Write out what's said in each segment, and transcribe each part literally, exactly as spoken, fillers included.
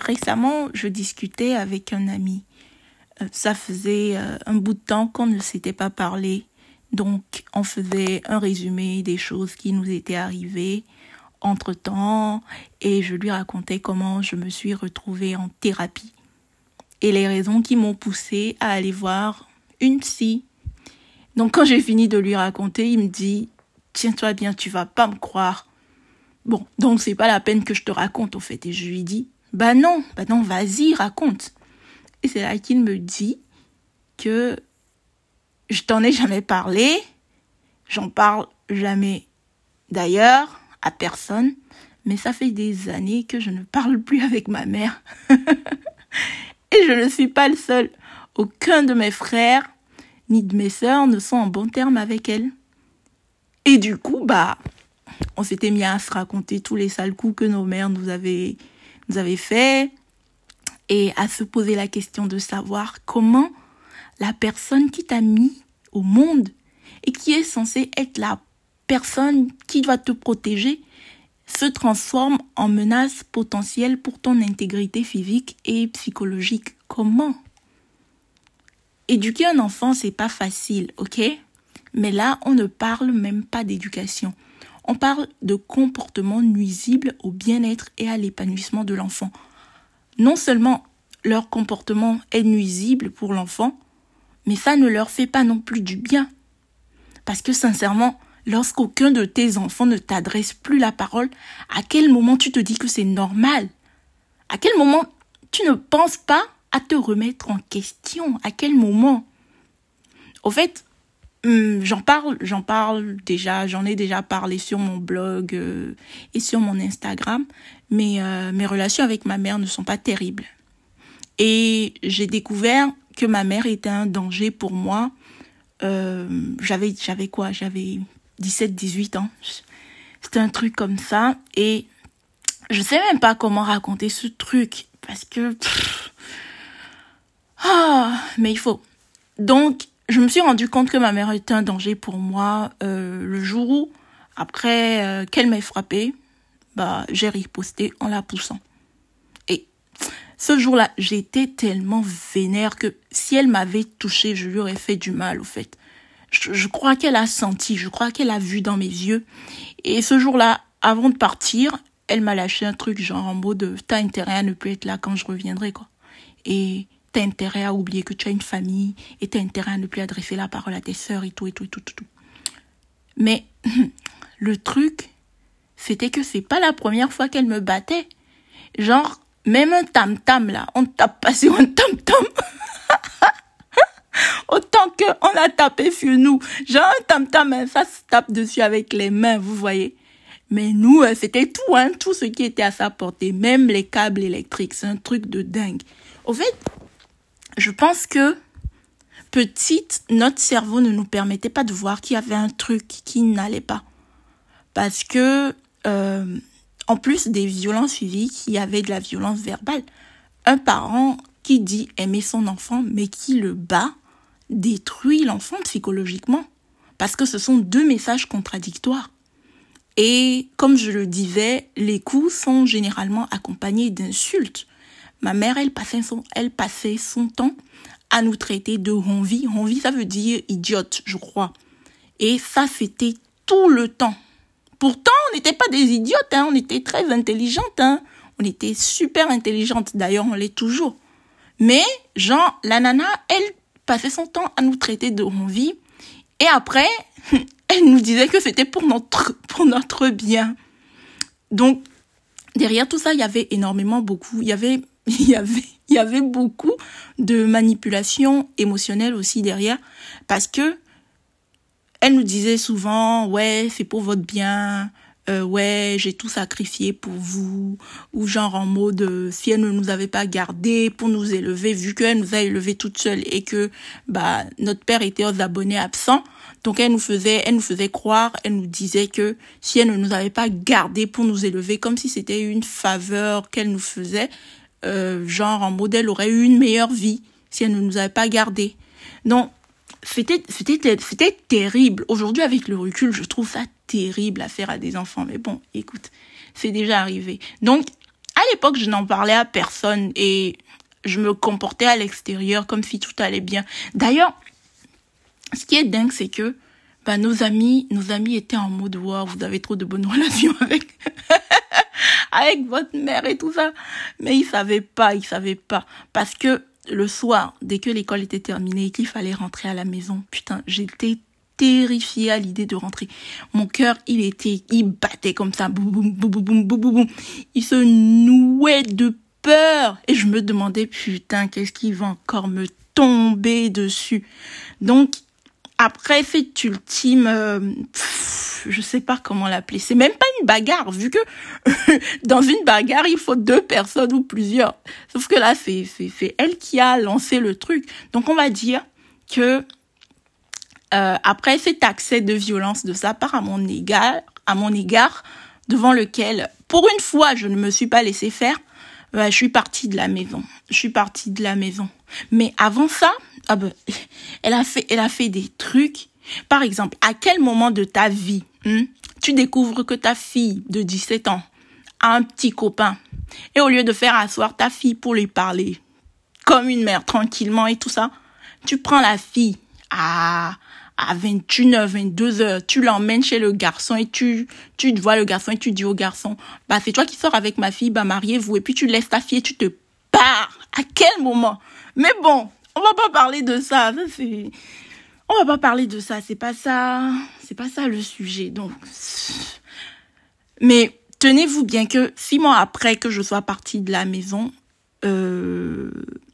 récemment, je discutais avec un ami. Euh, ça faisait euh, un bout de temps qu'on ne s'était pas parlé. Donc, on faisait un résumé des choses qui nous étaient arrivées entre-temps. Et je lui racontais comment je me suis retrouvée en thérapie. Et les raisons qui m'ont poussée à aller voir une psy. Donc, quand j'ai fini de lui raconter, il me dit « Tiens-toi bien, tu vas pas me croire. » Bon, donc c'est pas la peine que je te raconte, au fait. Et je lui dis « Bah non, bah non, vas-y, raconte. » Et c'est là qu'il me dit que je t'en ai jamais parlé, j'en parle jamais d'ailleurs à personne, mais ça fait des années que je ne parle plus avec ma mère. Et je ne suis pas le seul. Aucun de mes frères ni de mes sœurs ne sont en bon terme avec elle. Et du coup, bah, on s'était mis à se raconter tous les sales coups que nos mères nous avaient, nous avaient fait et à se poser la question de savoir comment la personne qui t'a mis au monde et qui est censée être la personne qui doit te protéger se transforme en menace potentielle pour ton intégrité physique et psychologique. Comment ? Éduquer un enfant, c'est pas facile, ok ? Mais là, on ne parle même pas d'éducation. On parle de comportements nuisibles au bien-être et à l'épanouissement de l'enfant. Non seulement leur comportement est nuisible pour l'enfant, mais ça ne leur fait pas non plus du bien. Parce que sincèrement, lorsqu'aucun de tes enfants ne t'adresse plus la parole, à quel moment tu te dis que c'est normal ? À quel moment tu ne penses pas à te remettre en question ? À quel moment ? Au fait, hum, j'en parle, j'en parle déjà, j'en ai déjà parlé sur mon blog euh, et sur mon Instagram, mais euh, mes relations avec ma mère ne sont pas terribles. Et j'ai découvert que ma mère était un danger pour moi. Euh, j'avais, j'avais quoi ? J'avais dix-sept, dix-huit ans. C'était un truc comme ça. Et je sais même pas comment raconter ce truc. Parce que... Pff, ah, mais il faut. Donc, je me suis rendu compte que ma mère était un danger pour moi euh, le jour où, après euh, qu'elle m'ait frappée, bah, j'ai riposté en la poussant. Et ce jour-là, j'étais tellement vénère que si elle m'avait touchée, je lui aurais fait du mal, au fait. Je, je crois qu'elle a senti, je crois qu'elle a vu dans mes yeux. Et ce jour-là, avant de partir, elle m'a lâché un truc genre en mode « T'as intérêt à ne plus être là quand je reviendrai, quoi. » Et t'as intérêt à oublier que tu as une famille et t'as intérêt à ne plus adresser la parole à tes sœurs et tout, et tout, et tout, tout, tout. Mais le truc, c'était que c'est pas la première fois qu'elle me battait. Genre, même un tam-tam, là, on tape pas sur un tam-tam. Autant qu'on a tapé sur nous. Genre, un tam-tam, ça se tape dessus avec les mains, vous voyez. Mais nous, c'était tout, hein, tout ce qui était à sa portée. Même les câbles électriques, c'est un truc de dingue. Au fait, je pense que, petite, notre cerveau ne nous permettait pas de voir qu'il y avait un truc qui n'allait pas. Parce que, euh, en plus des violences physiques, il y avait de la violence verbale. Un parent qui dit aimer son enfant, mais qui le bat, détruit l'enfant psychologiquement. Parce que ce sont deux messages contradictoires. Et comme je le disais, les coups sont généralement accompagnés d'insultes. Ma mère, elle passait son, elle passait son temps à nous traiter de ronvi. Ronvi, ça veut dire idiote, je crois. Et ça, c'était tout le temps. Pourtant, on n'était pas des idiotes, hein. On était très intelligentes, hein. On était super intelligentes. D'ailleurs, on l'est toujours. Mais, genre, la nana, elle passait son temps à nous traiter de ronvi. Et après, elle nous disait que c'était pour notre, pour notre bien. Donc, derrière tout ça, il y avait énormément beaucoup. Il y avait, il y avait, il y avait beaucoup de manipulation émotionnelle aussi derrière. Parce que, elle nous disait souvent, ouais, c'est pour votre bien, euh, ouais, j'ai tout sacrifié pour vous, ou genre en mode, euh, si elle ne nous avait pas gardés pour nous élever, vu qu'elle nous a élevés toute seule et que, bah, notre père était aux abonnés absents, donc elle nous faisait, elle nous faisait croire, elle nous disait que si elle ne nous avait pas gardés pour nous élever, comme si c'était une faveur qu'elle nous faisait, euh, genre en mode, elle aurait eu une meilleure vie si elle ne nous avait pas gardés. Donc, C'était, c'était, c'était terrible. Aujourd'hui, avec le recul, je trouve ça terrible à faire à des enfants. Mais bon, écoute, c'est déjà arrivé. Donc, l'époque, je n'en parlais à personne et je me comportais à l'extérieur comme si tout allait bien. D'ailleurs, ce qui est dingue, c'est que bah, nos amis, nos amis étaient en mode wow, vous avez trop de bonnes relations avec avec votre mère et tout ça. Mais ils savaient pas, ils savaient pas. Parce que le soir, dès que l'école était terminée et qu'il fallait rentrer à la maison, putain, j'étais terrifiée à l'idée de rentrer. Mon cœur, il était, il battait comme ça, boum, boum, boum, boum, boum, boum, boum. Il se nouait de peur. Et je me demandais, putain, qu'est-ce qui va encore me tomber dessus? Donc, après cette ultime, euh, pff, je sais pas comment l'appeler, c'est même pas une bagarre, vu que dans une bagarre, il faut deux personnes ou plusieurs. Sauf que là, c'est, c'est, c'est elle qui a lancé le truc. Donc, on va dire que euh, après cet accès de violence de sa part à mon égard, à mon égard, devant lequel, pour une fois, je ne me suis pas laissée faire, euh, je suis partie de la maison. Je suis partie de la maison. Mais avant ça, ah ben, elle a fait, elle a fait des trucs. Par exemple, à quel moment de ta vie, hein, tu découvres que ta fille de dix-sept ans a un petit copain et au lieu de faire asseoir ta fille pour lui parler comme une mère tranquillement et tout ça, tu prends la fille à à vingt et une heures, vingt-deux heures, tu l'emmènes chez le garçon et tu tu vois le garçon et tu dis au garçon, bah c'est toi qui sors avec ma fille, bah mariez-vous, et puis tu laisses ta fille et tu te pars. À quel moment? Mais bon, on va pas parler de ça, ça c'est on va pas parler de ça, c'est pas ça, c'est pas ça le sujet. Donc mais tenez-vous bien que six mois après que je sois partie de la maison, euh,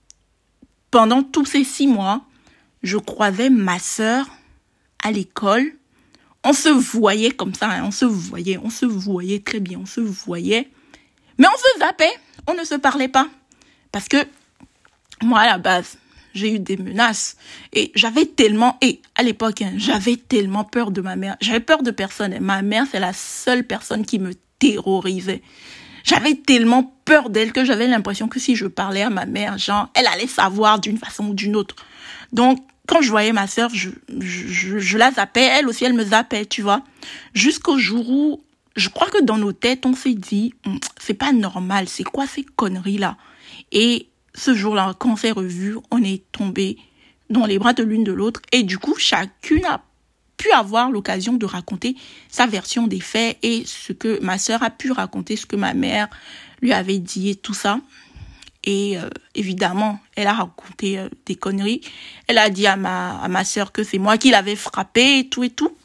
pendant tous ces six mois, je croisais ma sœur à l'école. On se voyait comme ça, hein, on se voyait, on se voyait très bien, on se voyait. Mais on se zappait, on ne se parlait pas. Parce que moi, à la base, j'ai eu des menaces. Et j'avais tellement, et à l'époque, hein, j'avais tellement peur de ma mère. J'avais peur de personne. Hein. Ma mère, c'est la seule personne qui me terrorisait. J'avais tellement peur d'elle que j'avais l'impression que si je parlais à ma mère, genre, elle allait savoir d'une façon ou d'une autre. Donc, quand je voyais ma sœur, je, je, je, je la zappais, elle aussi, elle me zappait, tu vois. Jusqu'au jour où, je crois que dans nos têtes, on s'est dit, c'est pas normal, c'est quoi ces conneries-là? Et ce jour-là, quand on s'est revus, on est tombés dans les bras de l'une de l'autre. Et du coup, chacune a pu avoir l'occasion de raconter sa version des faits et ce que ma sœur a pu raconter, ce que ma mère lui avait dit et tout ça. Et euh, évidemment, elle a raconté euh, des conneries. Elle a dit à ma, à ma sœur que c'est moi qui l'avais frappée et tout et tout.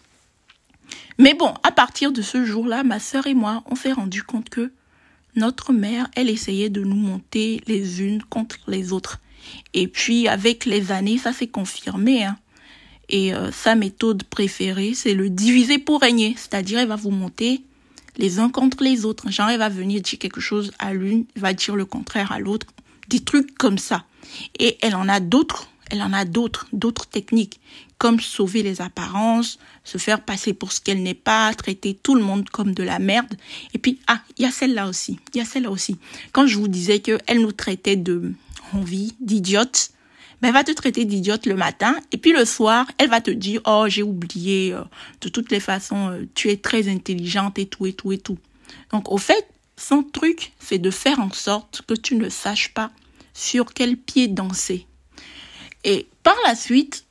Mais bon, à partir de ce jour-là, ma sœur et moi, on s'est rendu compte que notre mère, elle essayait de nous monter les unes contre les autres. Et puis, avec les années, ça s'est confirmé. Hein. Et euh, sa méthode préférée, c'est le diviser pour régner. C'est-à-dire, elle va vous monter les uns contre les autres. Genre, elle va venir dire quelque chose à l'une, elle va dire le contraire à l'autre. Des trucs comme ça. Et elle en a d'autres. Elle en a d'autres, d'autres techniques. Comme sauver les apparences, se faire passer pour ce qu'elle n'est pas, traiter tout le monde comme de la merde. Et puis, ah, il y a celle-là aussi. Il y a celle-là aussi. Quand je vous disais qu'elle nous traitait de envie, d'idiotes, ben, elle va te traiter d'idiote le matin. Et puis le soir, elle va te dire, oh, j'ai oublié. Euh, de toutes les façons, euh, tu es très intelligente et tout, et tout, et tout. Donc, au fait, son truc, c'est de faire en sorte que tu ne saches pas sur quel pied danser. Et par la suite,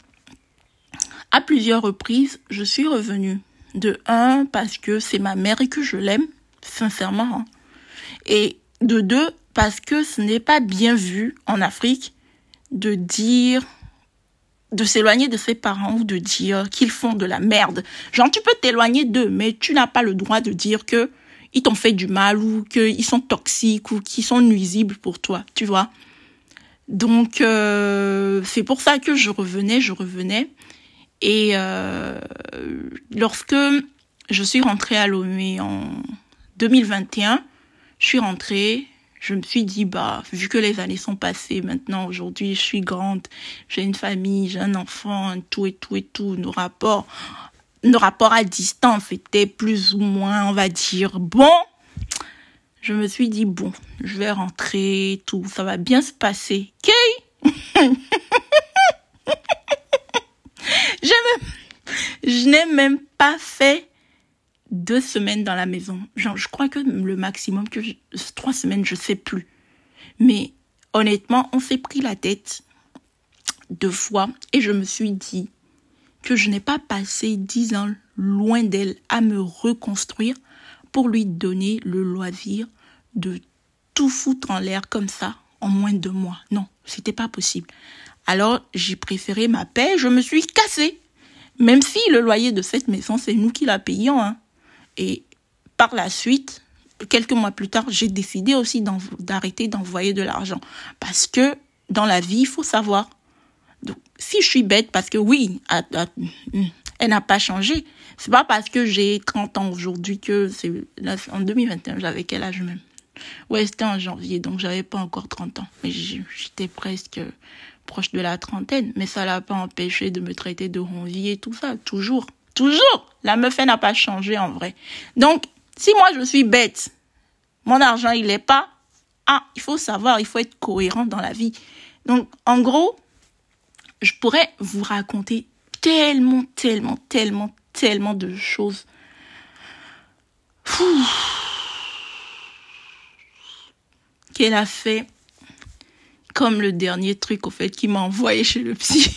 à plusieurs reprises, je suis revenue. De un, parce que c'est ma mère et que je l'aime, sincèrement. Hein. Et de deux, parce que ce n'est pas bien vu en Afrique de dire, de s'éloigner de ses parents ou de dire qu'ils font de la merde. Genre, tu peux t'éloigner d'eux, mais tu n'as pas le droit de dire que ils t'ont fait du mal ou qu'ils sont toxiques ou qu'ils sont nuisibles pour toi, tu vois. Donc, euh, c'est pour ça que je revenais, je revenais. Et euh, lorsque je suis rentrée à Lomé en deux mille vingt et un, je suis rentrée, je me suis dit, bah, vu que les années sont passées, maintenant, aujourd'hui, je suis grande, j'ai une famille, j'ai un enfant, tout et tout et tout, nos rapports, nos rapports à distance étaient plus ou moins, on va dire, bon. Je me suis dit, bon, je vais rentrer, tout, ça va bien se passer. Ok? je, me, je n'ai même pas fait deux semaines dans la maison. Genre, je crois que le maximum, que je, trois semaines, je sais plus. Mais honnêtement, on s'est pris la tête deux fois et je me suis dit que je n'ai pas passé dix ans loin d'elle à me reconstruire pour lui donner le loisir de tout foutre en l'air comme ça en moins de deux mois. Non, c'était pas possible. Alors, j'ai préféré ma paix, je me suis cassée. Même si le loyer de cette maison, c'est nous qui la payons. Hein. Et par la suite, quelques mois plus tard, j'ai décidé aussi d'en, d'arrêter d'envoyer de l'argent. Parce que dans la vie, il faut savoir. Donc, si je suis bête, parce que oui, à, à, elle n'a pas changé. C'est pas parce que j'ai trente ans aujourd'hui que c'est là, en deux mille vingt et un, j'avais quel âge même? Ouais, c'était en janvier, donc j'avais pas encore trente ans. Mais j'étais presque proche de la trentaine. Mais ça l'a pas empêché de me traiter de ronvier et tout ça. Toujours. Toujours. La meuf, elle n'a pas changé en vrai. Donc, si moi je suis bête, mon argent, il est pas. Ah, il faut savoir, il faut être cohérent dans la vie. Donc, en gros, je pourrais vous raconter tellement, tellement, tellement, tellement de choses. Pouh. Qu'elle a fait, comme le dernier truc, au fait, qui m'a envoyé chez le psy.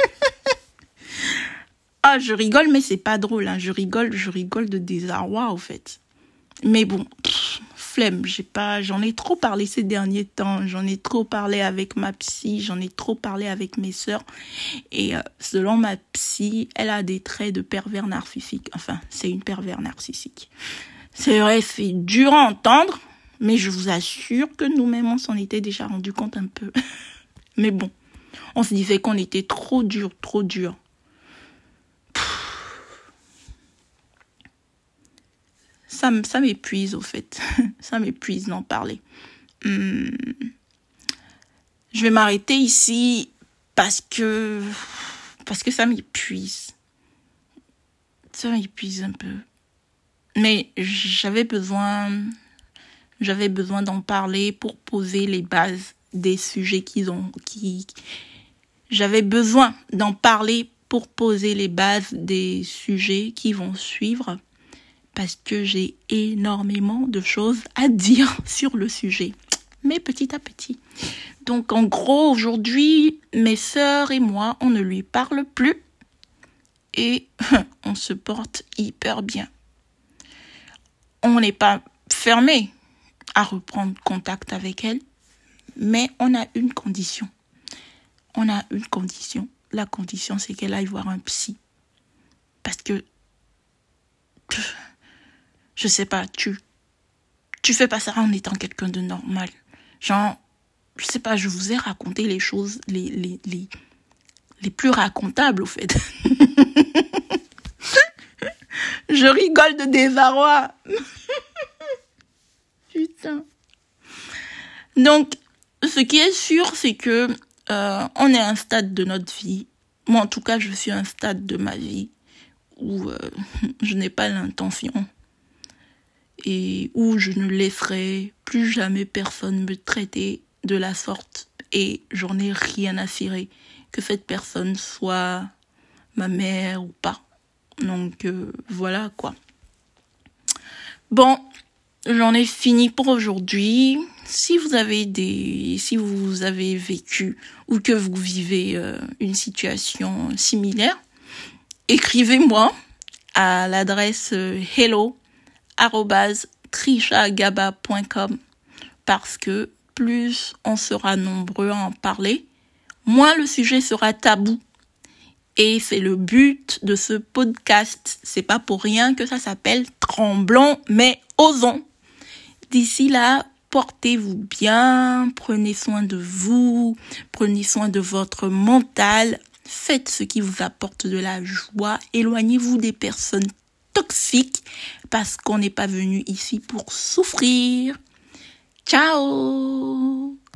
Ah, je rigole, mais c'est pas drôle, hein. Je rigole, je rigole de désarroi, au fait. Mais bon, pff, flemme, j'ai pas, j'en ai trop parlé ces derniers temps, j'en ai trop parlé avec ma psy, j'en ai trop parlé avec mes sœurs. Et euh, selon ma psy, elle a des traits de pervers narcissique. Enfin, c'est une pervers narcissique. C'est vrai, c'est dur à entendre. Mais je vous assure que nous-mêmes, on s'en était déjà rendu compte un peu. Mais bon, on se disait qu'on était trop dur, trop dur. Ça, ça m'épuise, au fait. Ça m'épuise d'en parler. Hum. Je vais m'arrêter ici parce que... Parce que ça m'épuise. Ça m'épuise un peu. Mais j'avais besoin... J'avais besoin d'en parler pour poser les bases des sujets qu'ils ont. Qui... J'avais besoin d'en parler pour poser les bases des sujets qui vont suivre. Parce que j'ai énormément de choses à dire sur le sujet. Mais petit à petit. Donc en gros, aujourd'hui, mes sœurs et moi, on ne lui parle plus. Et on se porte hyper bien. On n'est pas fermé à reprendre contact avec elle, mais on a une condition. On a une condition. La condition, c'est qu'elle aille voir un psy. Parce que, je sais pas, tu, tu fais pas ça en étant quelqu'un de normal. Genre, je sais pas, je vous ai raconté les choses les, les, les, les plus racontables, au fait. Je rigole de désarroi. Putain. Donc, ce qui est sûr, c'est que euh, on est à un stade de notre vie. Moi, en tout cas, je suis à un stade de ma vie où euh, je n'ai pas l'intention et où je ne laisserai plus jamais personne me traiter de la sorte. Et j'en ai rien à cirer que cette personne soit ma mère ou pas. Donc, euh, voilà quoi. Bon. J'en ai fini pour aujourd'hui. Si vous avez des, si vous avez vécu ou que vous vivez euh, une situation similaire, écrivez-moi à l'adresse euh, hello arobase trishagaba point com parce que plus on sera nombreux à en parler, moins le sujet sera tabou. Et c'est le but de ce podcast. C'est pas pour rien que ça s'appelle Tremblons mais osons. D'ici là, portez-vous bien, prenez soin de vous, prenez soin de votre mental, faites ce qui vous apporte de la joie, éloignez-vous des personnes toxiques parce qu'on n'est pas venu ici pour souffrir. Ciao!